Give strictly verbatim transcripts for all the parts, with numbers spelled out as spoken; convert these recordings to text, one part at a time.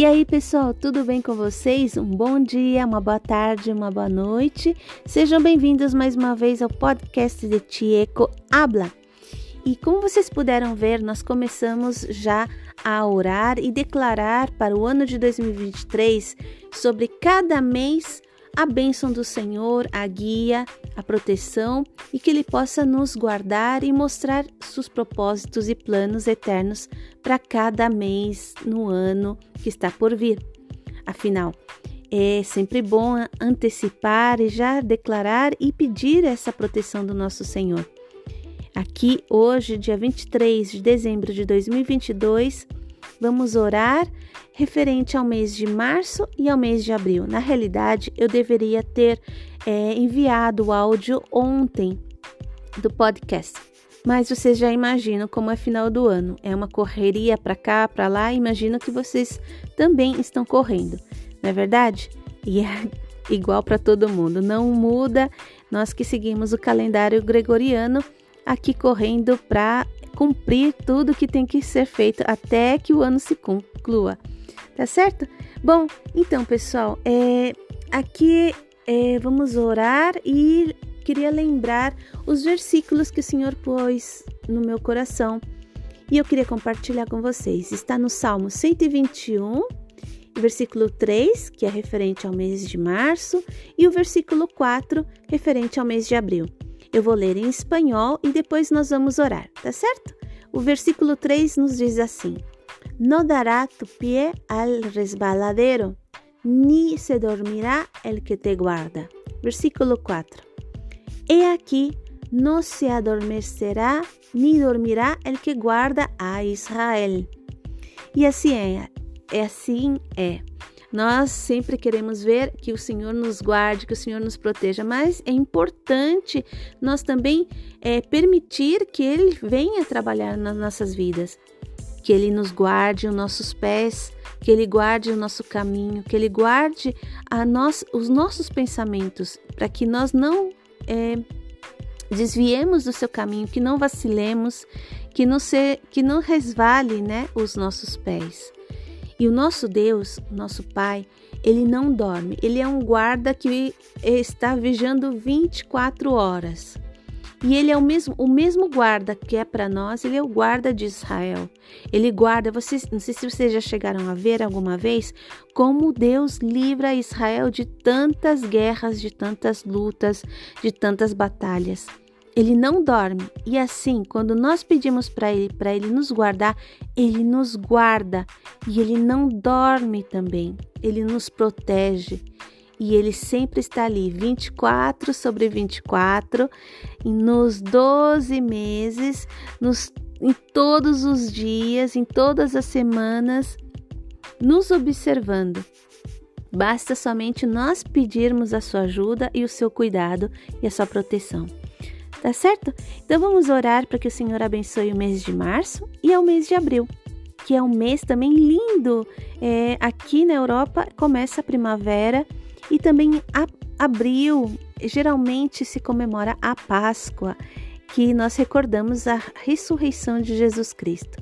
E aí, pessoal, tudo bem com vocês? Um bom dia, uma boa tarde, uma boa noite. Sejam bem-vindos mais uma vez ao podcast de Chieco Habla. E como vocês puderam ver, nós começamos já a orar e declarar para o ano de dois mil e vinte e três sobre cada mês a bênção do Senhor, a guia, a proteção e que Ele possa nos guardar e mostrar seus propósitos e planos eternos para cada mês no ano que está por vir. Afinal, é sempre bom antecipar e já declarar e pedir essa proteção do nosso Senhor. Aqui, hoje, dia vinte e três de dezembro de dois mil e vinte e dois, vamos orar referente ao mês de março e ao mês de abril. Na realidade, eu deveria ter é, enviado o áudio ontem do podcast, mas vocês já imaginam como é final do ano. É uma correria para cá, para lá, imagino que vocês também estão correndo, não é verdade? E é igual para todo mundo, não muda, nós que seguimos o calendário gregoriano, aqui correndo para cumprir tudo que tem que ser feito até que o ano se conclua, tá certo? Bom, então pessoal, é, aqui é, vamos orar e queria lembrar os versículos que o Senhor pôs no meu coração e eu queria compartilhar com vocês. Está no Salmo cento e vinte e um, versículo três, que é referente ao mês de março, e o versículo quatro, referente ao mês de abril. Eu vou ler em espanhol e depois nós vamos orar, tá certo? O versículo três nos diz assim: No dará tu pie al resbaladero, ni se dormirá el que te guarda. Versículo quatro. He aquí, no se adormecerá, ni dormirá el que guarda a Israel. E assim é, é assim é. Nós sempre queremos ver que o Senhor nos guarde, que o Senhor nos proteja, mas é importante nós também é, permitir que Ele venha trabalhar nas nossas vidas, que Ele nos guarde os nossos pés, que Ele guarde o nosso caminho, que Ele guarde a nós, os nossos pensamentos, para que nós não é, desviemos do seu caminho, que não vacilemos, que não, se, que não resvale, né, os nossos pés. E o nosso Deus, nosso Pai, Ele não dorme. Ele é um guarda que está vigiando vinte e quatro horas. E Ele é o mesmo, o mesmo guarda que é para nós, Ele é o guarda de Israel. Ele guarda, vocês, não sei se vocês já chegaram a ver alguma vez, como Deus livra Israel de tantas guerras, de tantas lutas, de tantas batalhas. Ele não dorme e assim, quando nós pedimos para Ele, para Ele nos guardar, Ele nos guarda e Ele não dorme também, Ele nos protege e Ele sempre está ali, vinte e quatro sobre vinte e quatro, nos doze meses, nos, em todos os dias, em todas as semanas, nos observando. Basta somente nós pedirmos a sua ajuda e o seu cuidado e a sua proteção. Tá certo? Então vamos orar para que o Senhor abençoe o mês de março e o mês de abril, que é um mês também lindo. É, aqui na Europa começa a primavera e também a, abril geralmente se comemora a Páscoa, que nós recordamos a ressurreição de Jesus Cristo.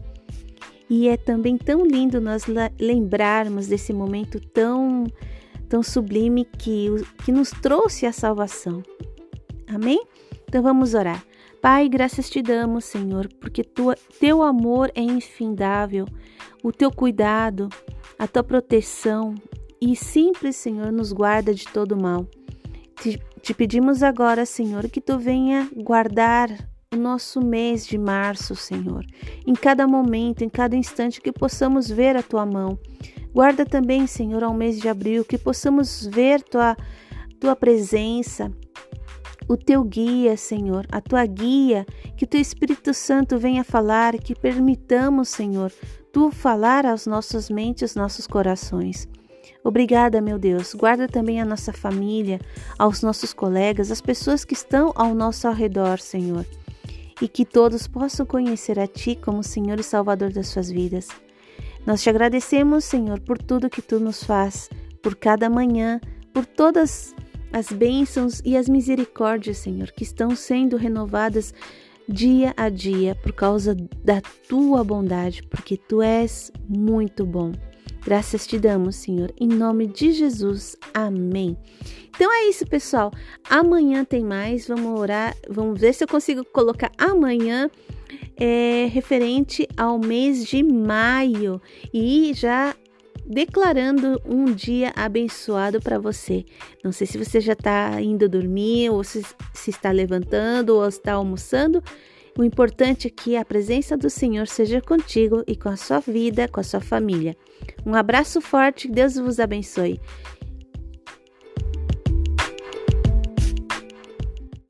E é também tão lindo nós lembrarmos desse momento tão, tão sublime que, que nos trouxe a salvação. Amém? Então vamos orar. Pai, graças te damos, Senhor, porque tua, teu amor é infindável, o teu cuidado, a tua proteção e sempre, Senhor, nos guarda de todo mal. Te, te pedimos agora, Senhor, que tu venha guardar o nosso mês de março, Senhor, em cada momento, em cada instante, que possamos ver a tua mão. Guarda também, Senhor, ao mês de abril, que possamos ver tua, tua presença, o teu guia, Senhor, a tua guia, que teu Espírito Santo venha falar, que permitamos, Senhor, tu falar aos nossos mentes, aos nossos corações. Obrigada, meu Deus. Guarda também a nossa família, aos nossos colegas, as pessoas que estão ao nosso redor, Senhor, e que todos possam conhecer a Ti como Senhor e Salvador das suas vidas. Nós te agradecemos, Senhor, por tudo que Tu nos faz, por cada manhã, por todas as bênçãos e as misericórdias, Senhor, que estão sendo renovadas dia a dia por causa da Tua bondade, porque Tu és muito bom. Graças te damos, Senhor, em nome de Jesus. Amém. Então é isso, pessoal. Amanhã tem mais. Vamos orar. Vamos ver se eu consigo colocar amanhã é, referente ao mês de maio e já declarando um dia abençoado para você. Não sei se você já está indo dormir, ou se, se está levantando, ou está almoçando. O importante é que a presença do Senhor seja contigo e com a sua vida, com a sua família. Um abraço forte, Deus vos abençoe.